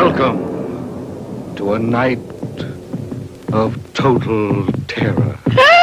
Welcome to a night of total terror.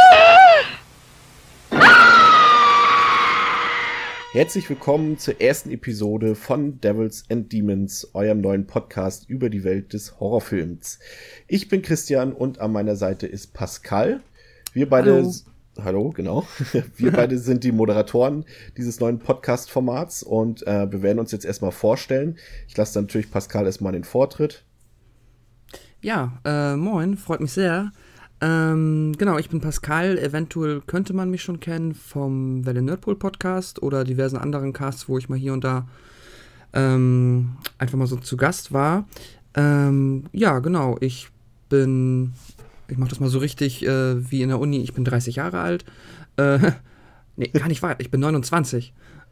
Herzlich willkommen zur ersten Episode von Devils and Demons, eurem neuen Podcast über die Welt des Horrorfilms. Ich bin Christian und an meiner Seite ist Pascal. Wir beide... Hallo, genau. Wir beide sind die Moderatoren dieses neuen Podcast-Formats und wir werden uns jetzt erstmal vorstellen. Ich lasse dann natürlich Pascal erstmal den Vortritt. Ja, moin, freut mich sehr. Genau, ich bin Pascal. Eventuell könnte man mich schon kennen vom Welle Nerdpool Podcast oder diversen anderen Casts, wo ich mal hier und da einfach mal so zu Gast war. Ja, genau, ich mache das mal so richtig wie in der Uni. Ich bin 30 Jahre alt. Nee, gar nicht wahr. Ich bin 29.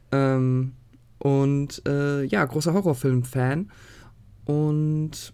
Und ja, großer Horrorfilm-Fan. Und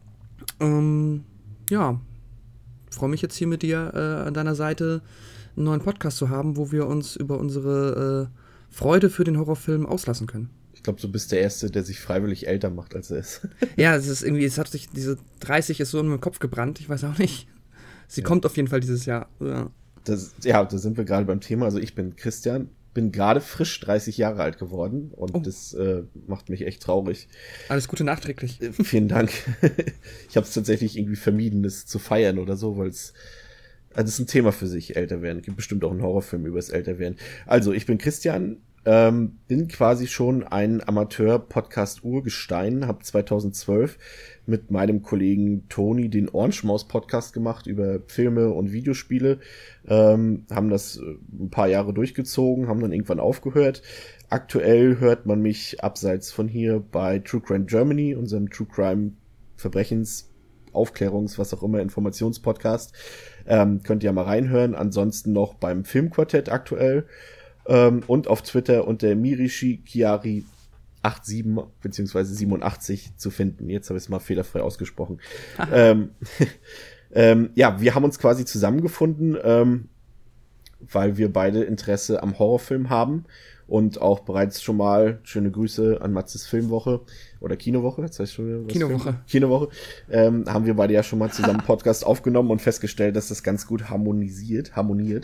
ja, freue mich jetzt hier mit dir an deiner Seite einen neuen Podcast zu haben, wo wir uns über unsere Freude für den Horrorfilm auslassen können. Ich glaube, du bist der Erste, der sich freiwillig älter macht, als er ist. Ja, diese 30 ist so in meinem Kopf gebrannt. Ich weiß auch nicht. Sie kommt auf jeden Fall dieses Jahr. Ja, da sind wir gerade beim Thema. Also ich bin Christian, bin gerade frisch 30 Jahre alt geworden und das macht mich echt traurig. Alles Gute nachträglich. Vielen Dank. Ich habe es tatsächlich irgendwie vermieden, das zu feiern oder so, weil das ist ein Thema für sich, älter werden. Gibt bestimmt auch einen Horrorfilm über das Älterwerden. Also, ich bin Christian, bin quasi schon ein Amateur-Podcast-Urgestein, habe 2012 mit meinem Kollegen Toni den Orange Maus Podcast gemacht über Filme und Videospiele, haben das ein paar Jahre durchgezogen, haben dann irgendwann aufgehört. Aktuell hört man mich abseits von hier bei True Crime Germany, unserem True Crime Verbrechens Aufklärungs-, was auch immer, Informationspodcast. Könnt ihr ja mal reinhören. Ansonsten noch beim Filmquartett aktuell. Und auf Twitter unter Mirishi Chiari 87 bzw. 87 zu finden. Jetzt habe ich es mal fehlerfrei ausgesprochen. Ja, wir haben uns quasi zusammengefunden, weil wir beide Interesse am Horrorfilm haben und auch bereits schon mal, schöne Grüße an Matzes Filmwoche oder Kinowoche, das heißt schon was Kinowoche, haben wir beide ja schon mal zusammen einen Podcast aufgenommen und festgestellt, dass das ganz gut harmoniert,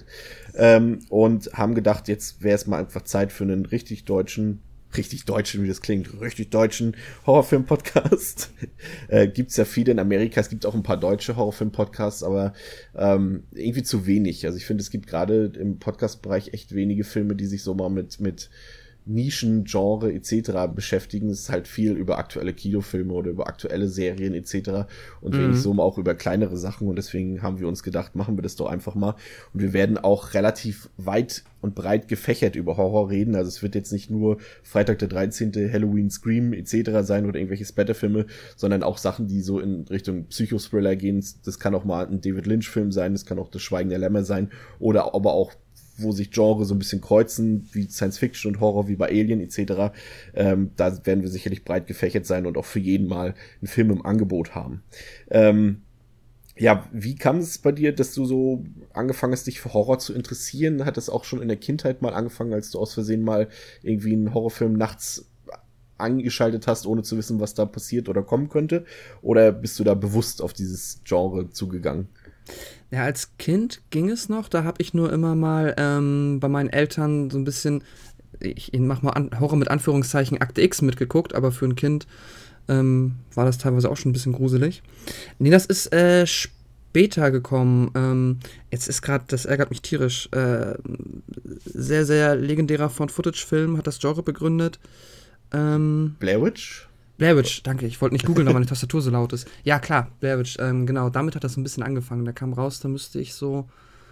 und haben gedacht, jetzt wäre es mal einfach Zeit für einen richtig deutschen, wie das klingt, richtig deutschen Horrorfilm-Podcast. Gibt's ja viele in Amerika, es gibt auch ein paar deutsche Horrorfilm-Podcasts, aber irgendwie zu wenig. Also ich finde, es gibt gerade im Podcast-Bereich echt wenige Filme, die sich so mal mit Nischen, Genre etc. beschäftigen. Es ist halt viel über aktuelle Kinofilme oder über aktuelle Serien etc. und wenig so auch über kleinere Sachen, und deswegen haben wir uns gedacht, machen wir das doch einfach mal. Und wir werden auch relativ weit und breit gefächert über Horror reden. Also es wird jetzt nicht nur Freitag der 13., Halloween, Scream etc. sein oder irgendwelche Splatter-Filme, sondern auch Sachen, die so in Richtung Psychothriller gehen. Das kann auch mal ein David Lynch-Film sein, das kann auch das Schweigen der Lämmer sein oder aber auch wo sich Genre so ein bisschen kreuzen, wie Science-Fiction und Horror, wie bei Alien etc. Da werden wir sicherlich breit gefächert sein und auch für jeden mal einen Film im Angebot haben. Ja, wie kam es bei dir, dass du so angefangen hast, dich für Horror zu interessieren? Hat das auch schon in der Kindheit mal angefangen, als du aus Versehen mal irgendwie einen Horrorfilm nachts angeschaltet hast, ohne zu wissen, was da passiert oder kommen könnte? Oder bist du da bewusst auf dieses Genre zugegangen? Ja, als Kind ging es noch, da habe ich nur immer mal bei meinen Eltern so ein bisschen, ich mach mal Horror mit Anführungszeichen, Akte X mitgeguckt, aber für ein Kind war das teilweise auch schon ein bisschen gruselig. Nee, das ist später gekommen. Jetzt ist gerade, das ärgert mich tierisch, sehr, sehr legendärer Found-Footage-Film, hat das Genre begründet. Blair Witch? Blair Witch, danke. Ich wollte nicht googeln, weil meine Tastatur so laut ist. Ja, klar, Blair Witch, genau. Damit hat das ein bisschen angefangen. Der kam raus, da müsste ich so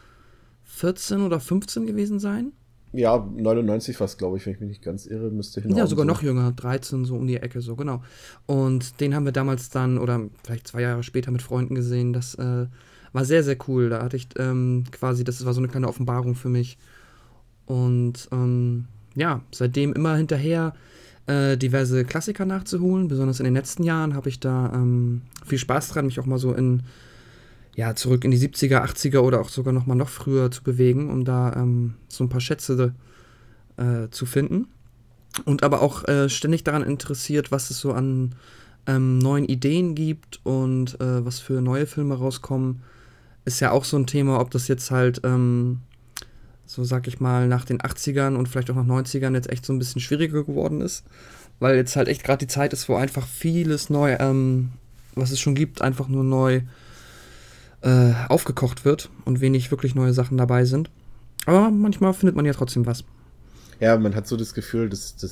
14 oder 15 gewesen sein. Ja, 99 fast, glaube ich, wenn ich mich nicht ganz irre, müsste hinhauen. Ja, sogar noch jünger, 13, so um die Ecke, so, genau. Und den haben wir damals dann, oder vielleicht 2 Jahre später mit Freunden gesehen. Das war sehr, sehr cool. Da hatte ich quasi, das war so eine kleine Offenbarung für mich. Und ja, seitdem immer hinterher diverse Klassiker nachzuholen. Besonders in den letzten Jahren habe ich da viel Spaß dran, mich auch mal so zurück in die 70er, 80er oder auch sogar noch früher zu bewegen, um da so ein paar Schätze zu finden. Und aber auch ständig daran interessiert, was es so an neuen Ideen gibt und was für neue Filme rauskommen, ist ja auch so ein Thema, ob das jetzt halt, so sag ich mal, nach den 80ern und vielleicht auch nach 90ern jetzt echt so ein bisschen schwieriger geworden ist, weil jetzt halt echt gerade die Zeit ist, wo einfach vieles neu, was es schon gibt, einfach nur neu aufgekocht wird und wenig wirklich neue Sachen dabei sind. Aber manchmal findet man ja trotzdem was. Ja, man hat so das Gefühl,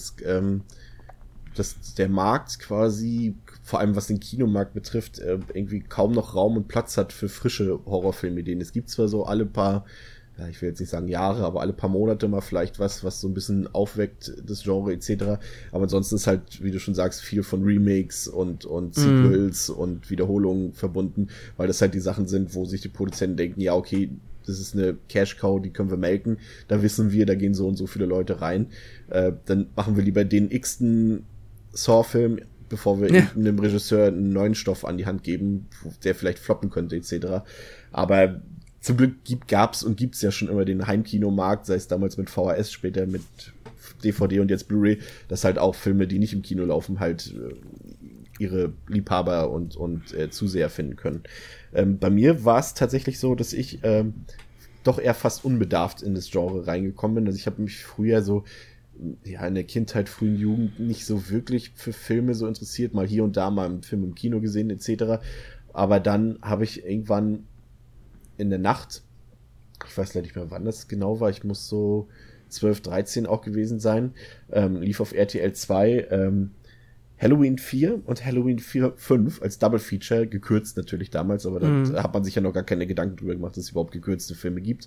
dass der Markt quasi, vor allem was den Kinomarkt betrifft, irgendwie kaum noch Raum und Platz hat für frische Horrorfilmideen. Es gibt zwar so alle paar, ja, ich will jetzt nicht sagen Jahre, aber alle paar Monate mal vielleicht was so ein bisschen aufweckt, das Genre etc. Aber ansonsten ist halt, wie du schon sagst, viel von Remakes und Sequels und Wiederholungen verbunden, weil das halt die Sachen sind, wo sich die Produzenten denken, ja, okay, das ist eine Cash-Cow, die können wir melken, da wissen wir, da gehen so und so viele Leute rein. Dann machen wir lieber den x-ten Saw-Film, bevor wir einem Regisseur einen neuen Stoff an die Hand geben, der vielleicht floppen könnte, etc. Aber zum Glück gab's und gibt's ja schon immer den Heimkinomarkt, sei es damals mit VHS, später mit DVD und jetzt Blu-ray, dass halt auch Filme, die nicht im Kino laufen, halt ihre Liebhaber und Zuseher finden können. Bei mir war es tatsächlich so, dass ich doch eher fast unbedarft in das Genre reingekommen bin. Also ich habe mich früher so in der Kindheit, frühen Jugend nicht so wirklich für Filme so interessiert, mal hier und da mal einen Film im Kino gesehen etc. Aber dann habe ich irgendwann in der Nacht, ich weiß leider nicht mehr, wann das genau war, ich muss so 12, 13 auch gewesen sein, lief auf RTL 2 Halloween 4 und Halloween 5 als Double Feature, gekürzt natürlich damals, aber da hat man sich ja noch gar keine Gedanken drüber gemacht, dass es überhaupt gekürzte Filme gibt.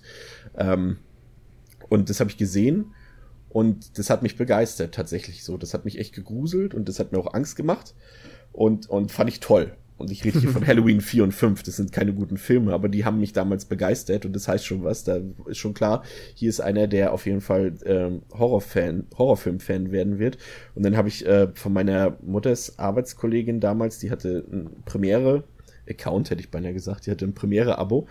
Und das habe ich gesehen und das hat mich begeistert, tatsächlich so. Das hat mich echt gegruselt und das hat mir auch Angst gemacht und fand ich toll. Und ich rede hier von Halloween 4 und 5, das sind keine guten Filme, aber die haben mich damals begeistert und das heißt schon was, da ist schon klar, hier ist einer, der auf jeden Fall Horrorfilm-Fan werden wird. Und dann habe ich von meiner Mutters Arbeitskollegin damals, die hatte ein Premiere-Account, hätte ich beinahe gesagt, die hatte ein Premiere-Abo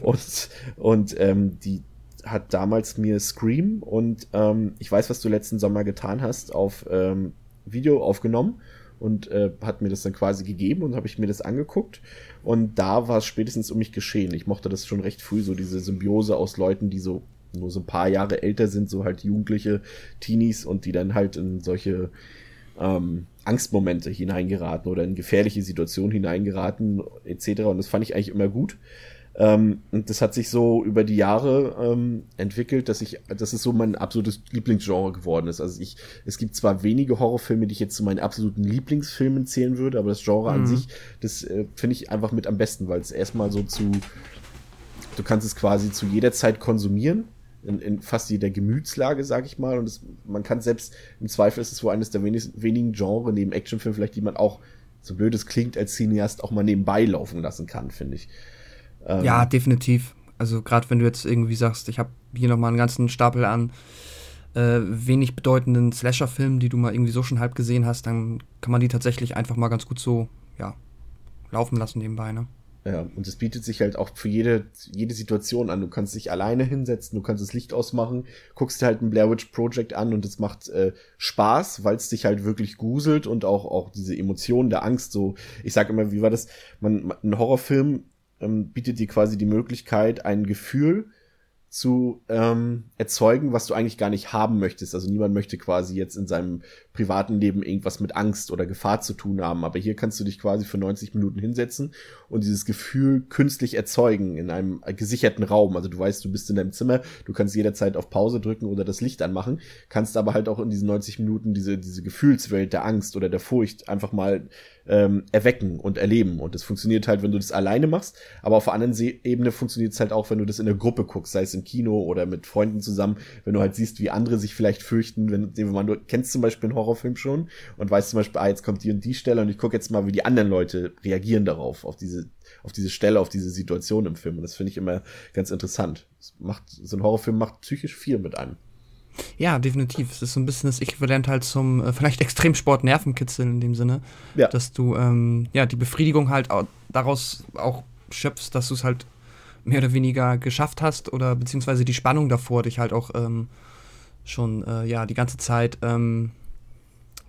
und die hat damals mir Scream und ich weiß, was du letzten Sommer getan hast, auf Video aufgenommen und hat mir das dann quasi gegeben und habe ich mir das angeguckt und da war es spätestens um mich geschehen. Ich mochte das schon recht früh, so diese Symbiose aus Leuten, die so nur so ein paar Jahre älter sind, so halt jugendliche Teenies und die dann halt in solche Angstmomente hineingeraten oder in gefährliche Situationen hineingeraten etc. Und das fand ich eigentlich immer gut. Und das hat sich so über die Jahre entwickelt, dass es so mein absolutes Lieblingsgenre geworden ist. Also es gibt zwar wenige Horrorfilme, die ich jetzt zu meinen absoluten Lieblingsfilmen zählen würde, aber das Genre an sich, das finde ich einfach mit am besten, weil es erstmal so du kannst es quasi zu jeder Zeit konsumieren, in fast jeder Gemütslage, sag ich mal, und man kann selbst, im Zweifel ist es wohl eines der wenigen Genre neben Actionfilmen vielleicht, die man auch, so blöd es klingt, als Cineast auch mal nebenbei laufen lassen kann, finde ich. Ja, definitiv. Also gerade wenn du jetzt irgendwie sagst, ich habe hier nochmal einen ganzen Stapel an wenig bedeutenden Slasher-Filmen, die du mal irgendwie so schon halb gesehen hast, dann kann man die tatsächlich einfach mal ganz gut so, ja, laufen lassen nebenbei, ne? Ja, und es bietet sich halt auch für jede Situation an. Du kannst dich alleine hinsetzen, du kannst das Licht ausmachen, guckst dir halt ein Blair Witch Project an und es macht Spaß, weil es dich halt wirklich gruselt und auch diese Emotionen der Angst so, ich sag immer, wie war das? Ein Horrorfilm bietet dir quasi die Möglichkeit, ein Gefühl zu erzeugen, was du eigentlich gar nicht haben möchtest. Also niemand möchte quasi jetzt in seinem privaten Leben irgendwas mit Angst oder Gefahr zu tun haben. Aber hier kannst du dich quasi für 90 Minuten hinsetzen und dieses Gefühl künstlich erzeugen in einem gesicherten Raum. Also du weißt, du bist in deinem Zimmer, du kannst jederzeit auf Pause drücken oder das Licht anmachen, kannst aber halt auch in diesen 90 Minuten diese Gefühlswelt der Angst oder der Furcht einfach mal erwecken und erleben. Und das funktioniert halt, wenn du das alleine machst, aber auf der anderen Ebene funktioniert es halt auch, wenn du das in der Gruppe guckst, sei es im Kino oder mit Freunden zusammen, wenn du halt siehst, wie andere sich vielleicht fürchten, du kennst zum Beispiel einen Horrorfilm schon und weißt zum Beispiel, jetzt kommt die und die Stelle und ich gucke jetzt mal, wie die anderen Leute reagieren darauf, auf diese Stelle, auf diese Situation im Film. Und das finde ich immer ganz interessant. So ein Horrorfilm macht psychisch viel mit einem. Ja, definitiv. Es ist so ein bisschen das Äquivalent halt zum vielleicht Extremsport-Nervenkitzeln in dem Sinne, ja, dass du die Befriedigung halt daraus auch schöpfst, dass du es halt mehr oder weniger geschafft hast oder beziehungsweise die Spannung davor dich halt auch schon die ganze Zeit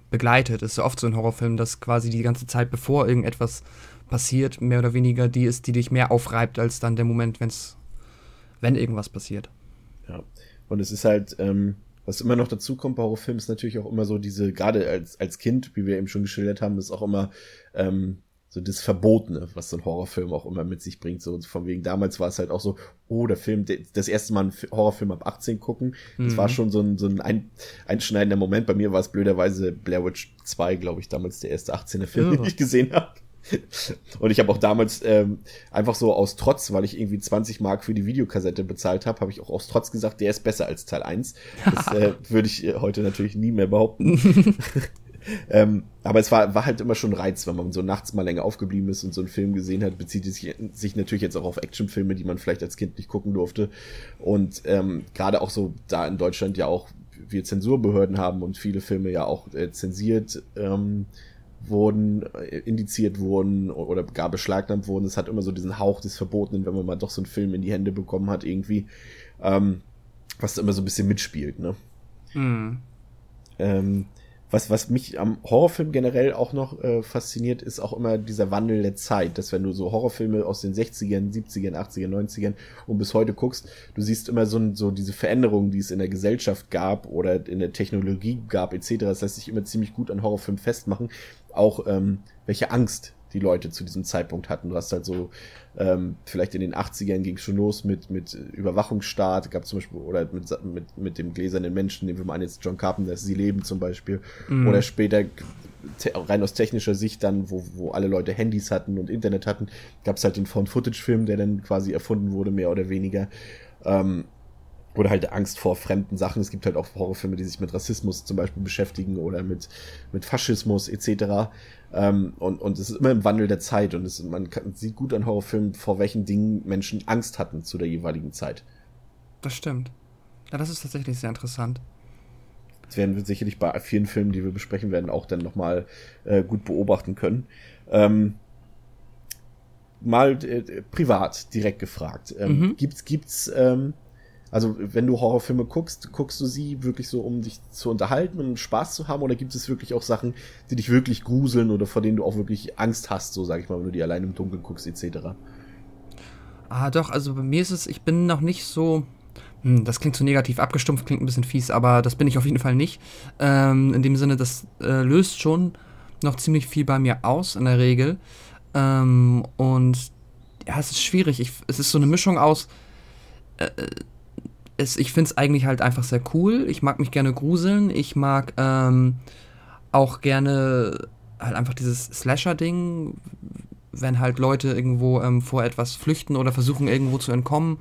begleitet. Das ist ja oft so in Horrorfilmen, dass quasi die ganze Zeit, bevor irgendetwas passiert, mehr oder weniger die ist, die dich mehr aufreibt, als dann der Moment, wenn irgendwas passiert. Ja, und es ist halt, was immer noch dazu kommt bei Horrorfilmen, ist natürlich auch immer so diese, gerade als Kind, wie wir eben schon geschildert haben, ist auch immer so das Verbotene, was so ein Horrorfilm auch immer mit sich bringt. So von wegen, damals war es halt auch so, der Film, das erste Mal einen Horrorfilm ab 18 gucken, das war schon so ein einschneidender Moment. Bei mir war es blöderweise Blair Witch 2, glaube ich, damals der erste 18er Film, den ich gesehen habe. Und ich habe auch damals einfach so aus Trotz, weil ich irgendwie 20 Mark für die Videokassette bezahlt habe ich auch aus Trotz gesagt, der ist besser als Teil 1. Das würde ich heute natürlich nie mehr behaupten. Aber es war halt immer schon ein Reiz, wenn man so nachts mal länger aufgeblieben ist und so einen Film gesehen hat, bezieht es sich natürlich jetzt auch auf Actionfilme, die man vielleicht als Kind nicht gucken durfte. Und gerade auch so da in Deutschland ja auch wir Zensurbehörden haben und viele Filme ja auch zensiert wurden, indiziert wurden oder gar beschlagnahmt wurden. Es hat immer so diesen Hauch des Verbotenen, wenn man mal doch so einen Film in die Hände bekommen hat irgendwie, was immer so ein bisschen mitspielt, ne? Was mich am Horrorfilm generell auch noch fasziniert, ist auch immer dieser Wandel der Zeit, dass wenn du so Horrorfilme aus den 60ern, 70ern, 80ern, 90ern und bis heute guckst, du siehst immer so diese Veränderungen, die es in der Gesellschaft gab oder in der Technologie gab etc. Das lässt sich immer ziemlich gut an Horrorfilmen festmachen, auch welche Angst die Leute zu diesem Zeitpunkt hatten. Du hast halt so, vielleicht in den 80ern ging es schon los mit Überwachungsstaat, gab zum Beispiel, oder mit dem gläsernen Menschen, nehmen wir mal an, jetzt John Carpenter, Sie leben zum Beispiel, oder später, rein aus technischer Sicht dann, wo alle Leute Handys hatten und Internet hatten, gab es halt den Found-Footage-Film, der dann quasi erfunden wurde, mehr oder weniger, oder halt Angst vor fremden Sachen. Es gibt halt auch Horrorfilme, die sich mit Rassismus zum Beispiel beschäftigen oder mit Faschismus etc. Und es ist immer im Wandel der Zeit und sieht gut an Horrorfilmen, vor welchen Dingen Menschen Angst hatten zu der jeweiligen Zeit. Das stimmt. Ja, das ist tatsächlich sehr interessant. Das werden wir sicherlich bei vielen Filmen, die wir besprechen werden, auch dann nochmal gut beobachten können. Mal privat direkt gefragt. Gibt's also wenn du Horrorfilme guckst du sie wirklich so, um dich zu unterhalten und Spaß zu haben, oder gibt es wirklich auch Sachen, die dich wirklich gruseln oder vor denen du auch wirklich Angst hast, so sag ich mal, wenn du die allein im Dunkeln guckst, etc.? Doch, also bei mir ist es, ich bin noch nicht so, das klingt so negativ abgestumpft, klingt ein bisschen fies, aber das bin ich auf jeden Fall nicht. In dem Sinne, das löst schon noch ziemlich viel bei mir aus, in der Regel. Und ja, es ist schwierig. Es ist so eine Mischung aus, ich finde es eigentlich halt einfach sehr cool. Ich mag mich gerne gruseln. Ich mag auch gerne halt einfach dieses Slasher-Ding, wenn halt Leute irgendwo vor etwas flüchten oder versuchen irgendwo zu entkommen.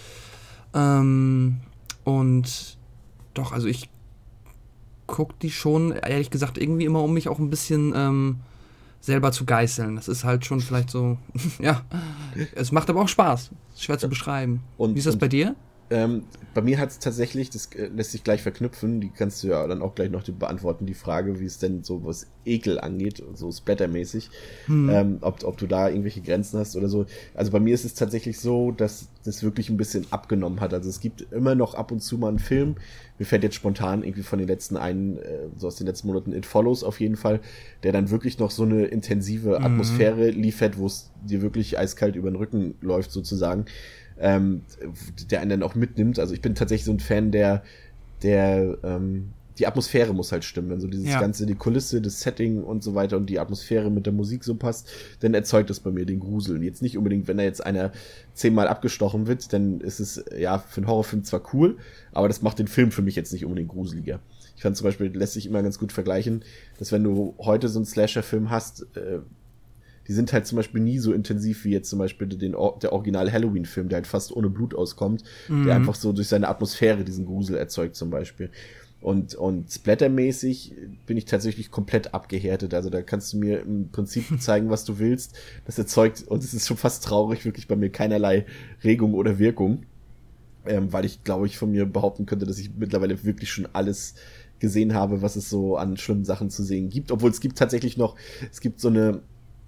Und doch, also ich gucke die schon, ehrlich gesagt, irgendwie immer, um mich auch ein bisschen selber zu geißeln. Das ist halt schon vielleicht so, ja, es macht aber auch Spaß. Ist schwer zu beschreiben. Wie ist das bei dir? Bei mir hat es tatsächlich, das lässt sich gleich verknüpfen, die kannst du ja dann auch gleich noch beantworten, die Frage, wie es denn so was Ekel angeht, so splattermäßig, ob du da irgendwelche Grenzen hast oder so. Also bei mir ist es tatsächlich so, dass das wirklich ein bisschen abgenommen hat. Also es gibt immer noch ab und zu mal einen Film, mir fällt jetzt spontan irgendwie von den letzten so aus den letzten Monaten It Follows auf jeden Fall, der dann wirklich noch so eine intensive Atmosphäre liefert, wo es dir wirklich eiskalt über den Rücken läuft sozusagen. Der einen dann auch mitnimmt. Also ich bin tatsächlich so ein Fan, der die Atmosphäre muss halt stimmen. Wenn so dieses Ganze, die Kulisse, das Setting und so weiter und die Atmosphäre mit der Musik so passt, dann erzeugt das bei mir den Gruseln. Jetzt nicht unbedingt, wenn da jetzt einer 10-mal abgestochen wird, dann ist es ja für einen Horrorfilm zwar cool, aber das macht den Film für mich jetzt nicht unbedingt gruseliger. Ich fand zum Beispiel, lässt sich immer ganz gut vergleichen, dass wenn du heute so einen Slasher-Film hast, die sind halt zum Beispiel nie so intensiv wie jetzt zum Beispiel der originale Halloween-Film, der halt fast ohne Blut auskommt, der einfach so durch seine Atmosphäre diesen Grusel erzeugt zum Beispiel. Und splattermäßig bin ich tatsächlich komplett abgehärtet. Also da kannst du mir im Prinzip zeigen, was du willst. Das erzeugt, und es ist schon fast traurig, wirklich bei mir keinerlei Regung oder Wirkung. Weil ich, glaube ich, von mir behaupten könnte, dass ich mittlerweile wirklich schon alles gesehen habe, was es so an schlimmen Sachen zu sehen gibt. Obwohl es gibt tatsächlich noch, es gibt so eine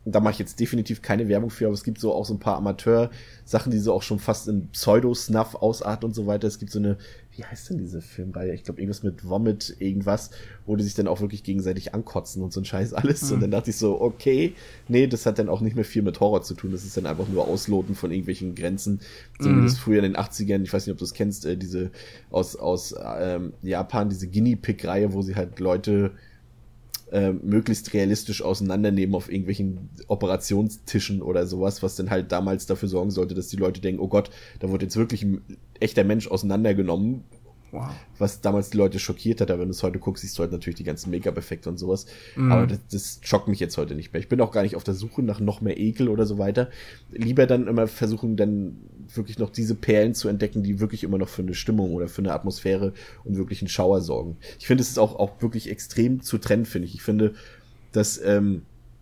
da mache ich jetzt definitiv keine Werbung für, aber es gibt so auch so ein paar Amateur-Sachen, die so auch schon fast in Pseudo-Snuff ausarten und so weiter. Es gibt so eine, wie heißt denn diese Filmreihe? Ich glaube, irgendwas mit Vomit, irgendwas, wo die sich dann auch wirklich gegenseitig ankotzen und so ein Scheiß alles. Und dann dachte ich so, okay, nee, das hat dann auch nicht mehr viel mit Horror zu tun. Das ist dann einfach nur Ausloten von irgendwelchen Grenzen. So wie das früher in den 80ern, ich weiß nicht, ob du es kennst, diese aus Japan, diese Guinea-Pig-Reihe, wo sie halt Leute möglichst realistisch auseinandernehmen auf irgendwelchen Operationstischen oder sowas, was dann halt damals dafür sorgen sollte, dass die Leute denken, oh Gott, da wurde jetzt wirklich ein echter Mensch auseinandergenommen. Wow. Was damals die Leute schockiert hat, aber wenn du es heute guckst, siehst du halt natürlich die ganzen Make-up-Effekte und sowas. Aber das schockt mich jetzt heute nicht mehr. Ich bin auch gar nicht auf der Suche nach noch mehr Ekel oder so weiter. Lieber dann immer versuchen, dann wirklich noch diese Perlen zu entdecken, die wirklich immer noch für eine Stimmung oder für eine Atmosphäre und wirklich einen Schauer sorgen. Ich finde, es ist auch wirklich extrem zu trennen, finde ich. Ich finde, dass nehmen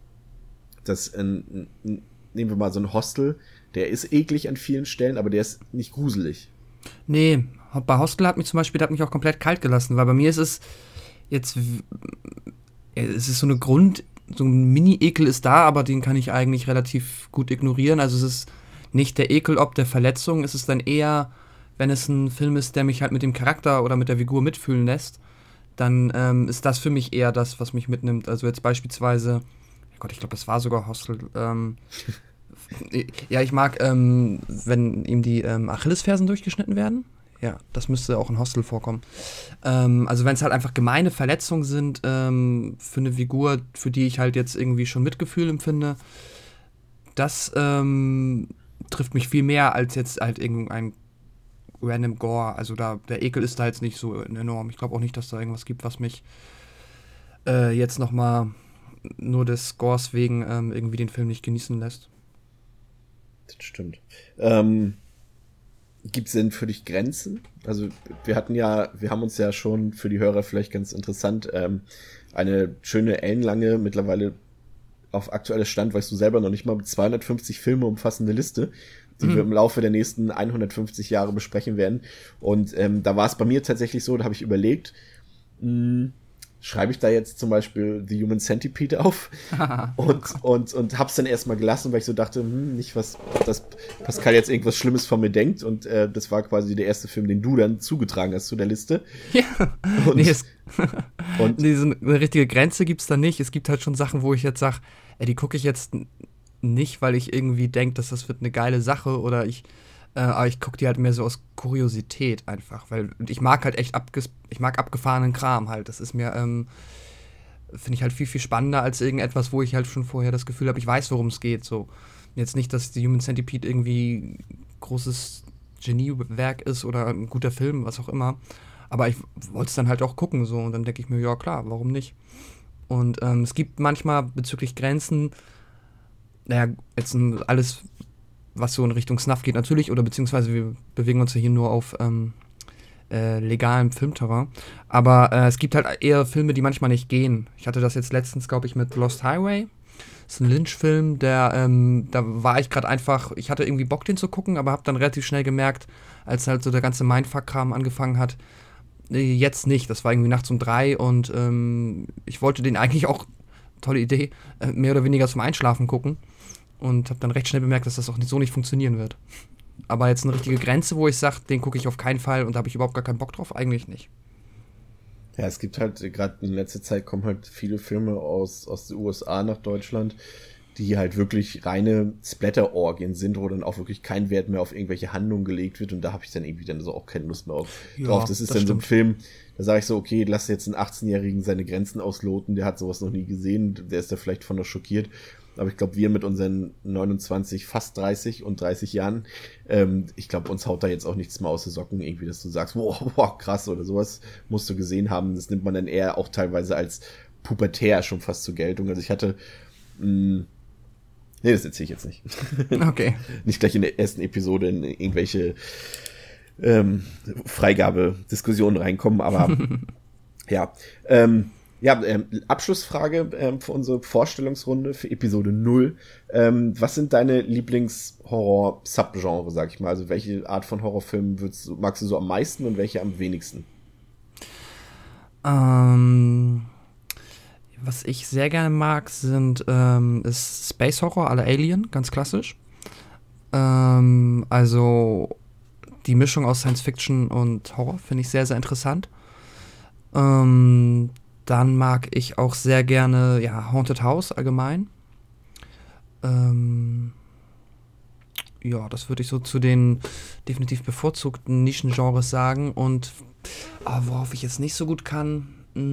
wir mal so ein Hostel, der ist eklig an vielen Stellen, aber der ist nicht gruselig. Nee, bei Hostel hat mich zum Beispiel, auch komplett kalt gelassen, weil bei mir ist es jetzt, es ist so ein Mini-Ekel ist da, aber den kann ich eigentlich relativ gut ignorieren. Also es ist nicht der Ekel ob der Verletzung, es ist dann eher, wenn es ein Film ist, der mich halt mit dem Charakter oder mit der Figur mitfühlen lässt, dann ist das für mich eher das, was mich mitnimmt. Also jetzt beispielsweise, oh Gott, ich glaube, das war sogar Hostel, ja, ich mag, wenn ihm die Achillesfersen durchgeschnitten werden. Ja, das müsste auch in Hostel vorkommen. Also wenn es halt einfach gemeine Verletzungen sind für eine Figur, für die ich halt jetzt irgendwie schon Mitgefühl empfinde, das trifft mich viel mehr als jetzt halt irgendein random Gore. Also der Ekel ist da jetzt nicht so enorm. Ich glaube auch nicht, dass da irgendwas gibt, was mich jetzt nochmal nur des Gores wegen irgendwie den Film nicht genießen lässt. Das stimmt. Gibt es denn für dich Grenzen? Also wir haben uns ja schon für die Hörer vielleicht ganz interessant eine schöne ellenlange, mittlerweile auf aktuelles Stand, weißt du selber noch nicht mal, mit 250 Filme umfassende Liste, die wir im Laufe der nächsten 150 Jahre besprechen werden. Und da war es bei mir tatsächlich so, da habe ich überlegt, schreibe ich da jetzt zum Beispiel The Human Centipede auf und hab's dann erstmal gelassen, weil ich so dachte, nicht was, dass Pascal jetzt irgendwas Schlimmes von mir denkt und das war quasi der erste Film, den du dann zugetragen hast zu der Liste. Ja, und nee, so eine richtige Grenze gibt's da nicht. Es gibt halt schon Sachen, wo ich jetzt sage, die gucke ich jetzt nicht, weil ich irgendwie denke, dass das wird eine geile Sache oder aber ich gucke die halt mehr so aus Kuriosität einfach, weil ich mag halt echt abgefahrenen Kram halt. Das ist mir, finde ich halt viel, viel spannender als irgendetwas, wo ich halt schon vorher das Gefühl habe, ich weiß, worum es geht. So. Jetzt nicht, dass The Human Centipede irgendwie großes Geniewerk ist oder ein guter Film, was auch immer. Aber ich wollte es dann halt auch gucken so und dann denke ich mir, ja klar, warum nicht? Und es gibt manchmal bezüglich Grenzen, naja, jetzt alles, was so in Richtung Snuff geht natürlich, oder beziehungsweise wir bewegen uns ja hier nur auf legalem Filmterrain. Aber es gibt halt eher Filme, die manchmal nicht gehen. Ich hatte das jetzt letztens, glaube ich, mit Lost Highway. Das ist ein Lynch-Film, da war ich gerade einfach, ich hatte irgendwie Bock, den zu gucken, aber habe dann relativ schnell gemerkt, als halt so der ganze Mindfuck-Kram angefangen hat, jetzt nicht. Das war irgendwie nachts um 3 und ich wollte den eigentlich auch, tolle Idee, mehr oder weniger zum Einschlafen gucken. Und habe dann recht schnell bemerkt, dass das auch so nicht funktionieren wird. Aber jetzt eine richtige Grenze, wo ich sage, den gucke ich auf keinen Fall und da habe ich überhaupt gar keinen Bock drauf, eigentlich nicht. Ja, es gibt halt, gerade in letzter Zeit kommen halt viele Filme aus den USA nach Deutschland, die halt wirklich reine Splatter-Orgien sind, wo dann auch wirklich kein Wert mehr auf irgendwelche Handlungen gelegt wird und da habe ich dann irgendwie dann so auch keine Lust mehr drauf. Das ist dann stimmt. So ein Film, da sage ich so, okay, lass jetzt einen 18-Jährigen seine Grenzen ausloten, der hat sowas noch nie gesehen, der ist da vielleicht von der schockiert. Aber ich glaube, wir mit unseren 29, fast 30 und 30 Jahren, ich glaube, uns haut da jetzt auch nichts mehr aus den Socken, irgendwie, dass du sagst, wow, krass oder sowas musst du gesehen haben. Das nimmt man dann eher auch teilweise als pubertär schon fast zur Geltung. Also ich hatte, nee, das erzähle ich jetzt nicht. Okay. Nicht gleich in der ersten Episode in irgendwelche Freigabediskussionen reinkommen, aber ja, Abschlussfrage für unsere Vorstellungsrunde für Episode 0. Was sind deine Lieblings-Horror-Subgenre, sag ich mal? Also welche Art von Horrorfilmen magst du so am meisten und welche am wenigsten? Was ich sehr gerne mag, ist Space Horror à la Alien, ganz klassisch. Also die Mischung aus Science Fiction und Horror finde ich sehr, sehr interessant. Dann mag ich auch sehr gerne, ja, Haunted House allgemein. Ja, das würde ich so zu den definitiv bevorzugten Nischengenres sagen. Und worauf ich jetzt nicht so gut kann,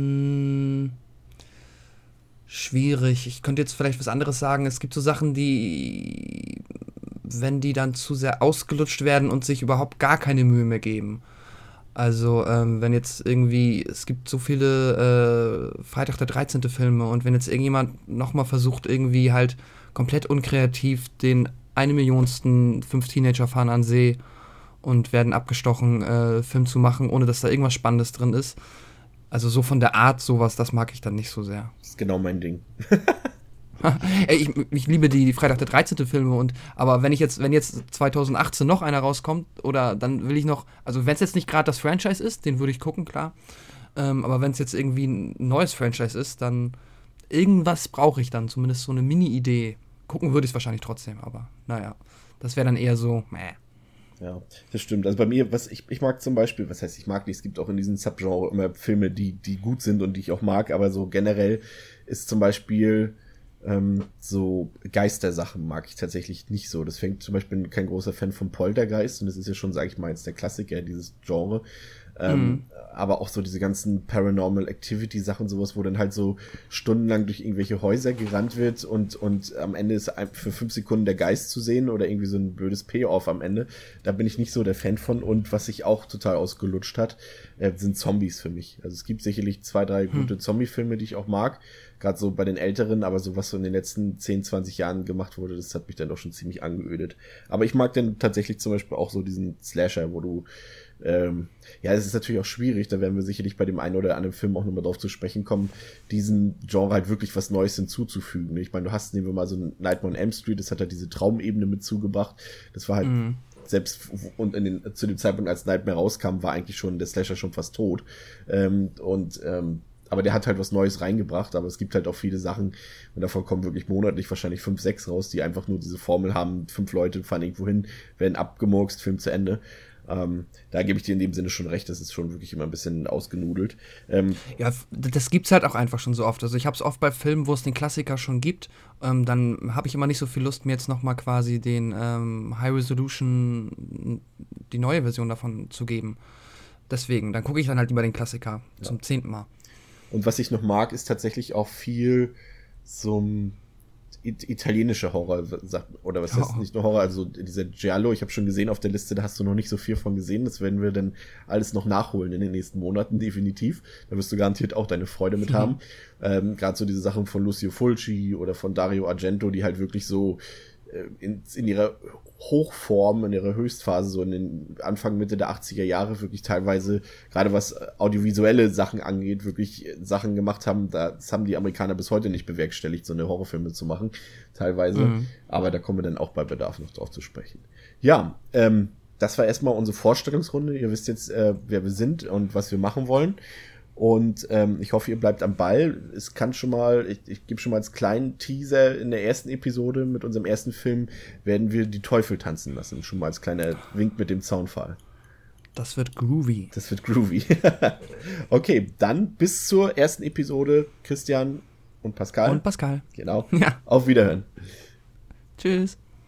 schwierig. Ich könnte jetzt vielleicht was anderes sagen. Es gibt so Sachen, die, wenn die dann zu sehr ausgelutscht werden und sich überhaupt gar keine Mühe mehr geben. Also, wenn jetzt irgendwie, es gibt so viele Freitag der 13. Filme und wenn jetzt irgendjemand nochmal versucht, irgendwie halt komplett unkreativ den 1 Millionsten 5 Teenager fahren an See und werden abgestochen, Film zu machen, ohne dass da irgendwas Spannendes drin ist. Also so von der Art sowas, das mag ich dann nicht so sehr. Das ist genau mein Ding. Ich liebe die Freitag der 13. Filme aber wenn jetzt 2018 noch einer rauskommt, oder dann will ich noch, also wenn es jetzt nicht gerade das Franchise ist, den würde ich gucken, klar. Aber wenn es jetzt irgendwie ein neues Franchise ist, dann irgendwas brauche ich dann, zumindest so eine Mini-Idee. Gucken würde ich es wahrscheinlich trotzdem, aber naja, das wäre dann eher so, meh. Ja, das stimmt. Also bei mir, ich mag zum Beispiel, was heißt ich mag nicht, es gibt auch in diesem Subgenre immer Filme, die gut sind und die ich auch mag, aber so generell ist zum Beispiel so Geistersachen mag ich tatsächlich nicht so. Deswegen zum Beispiel bin ich kein großer Fan von Poltergeist und das ist ja schon, sage ich mal, jetzt der Klassiker dieses Genre. Aber auch so diese ganzen Paranormal Activity Sachen, sowas, wo dann halt so stundenlang durch irgendwelche Häuser gerannt wird und am Ende ist für 5 Sekunden der Geist zu sehen oder irgendwie so ein blödes Payoff am Ende. Da bin ich nicht so der Fan von und was sich auch total ausgelutscht hat, sind Zombies für mich. Also es gibt sicherlich 2, 3 gute Zombie-Filme, die ich auch mag, gerade so bei den Älteren, aber so was so in den letzten 10, 20 Jahren gemacht wurde, das hat mich dann doch schon ziemlich angeödet. Aber ich mag dann tatsächlich zum Beispiel auch so diesen Slasher, wo du ja, es ist natürlich auch schwierig, da werden wir sicherlich bei dem einen oder anderen Film auch nochmal drauf zu sprechen kommen, diesen Genre halt wirklich was Neues hinzuzufügen. Ich meine, du hast, nehmen wir mal so ein Nightmare on Elm Street, das hat halt diese Traumebene mit zugebracht. Das war halt selbst und zu dem Zeitpunkt, als Nightmare rauskam, war eigentlich schon der Slasher schon fast tot. Aber der hat halt was Neues reingebracht, aber es gibt halt auch viele Sachen und davon kommen wirklich monatlich wahrscheinlich 5, 6 raus, die einfach nur diese Formel haben, 5 Leute fahren irgendwo hin, werden abgemurkst, Film zu Ende. Da gebe ich dir in dem Sinne schon recht, das ist schon wirklich immer ein bisschen ausgenudelt. Ja, das gibt's halt auch einfach schon so oft. Also ich habe es oft bei Filmen, wo es den Klassiker schon gibt, dann habe ich immer nicht so viel Lust, mir jetzt nochmal quasi den High Resolution, die neue Version davon zu geben. Deswegen, dann gucke ich dann halt lieber den Klassiker zum 10. Mal. Und was ich noch mag, ist tatsächlich auch viel so italienische Horror, oder was heißt nicht nur Horror, also dieser Giallo, ich habe schon gesehen auf der Liste, da hast du noch nicht so viel von gesehen, das werden wir dann alles noch nachholen in den nächsten Monaten, definitiv. Da wirst du garantiert auch deine Freude mit haben. Gerade so diese Sachen von Lucio Fulci oder von Dario Argento, die halt wirklich so in ihrer Hochform, in ihrer Höchstphase, so in den Anfang, Mitte der 80er Jahre wirklich teilweise, gerade was audiovisuelle Sachen angeht, wirklich Sachen gemacht haben, das haben die Amerikaner bis heute nicht bewerkstelligt, so eine Horrorfilme zu machen, teilweise. Aber da kommen wir dann auch bei Bedarf noch drauf zu sprechen. Ja, das war erstmal unsere Vorstellungsrunde. Ihr wisst jetzt, wer wir sind und was wir machen wollen. Und ich hoffe, ihr bleibt am Ball. Es kann schon mal, ich gebe schon mal als kleinen Teaser, in der ersten Episode mit unserem ersten Film werden wir die Teufel tanzen lassen. Schon mal als kleiner Wink mit dem Zaunpfahl. Das wird groovy. Das wird groovy. Okay, dann bis zur ersten Episode, Christian und Pascal. Und Pascal. Genau. Ja. Auf Wiederhören. Tschüss.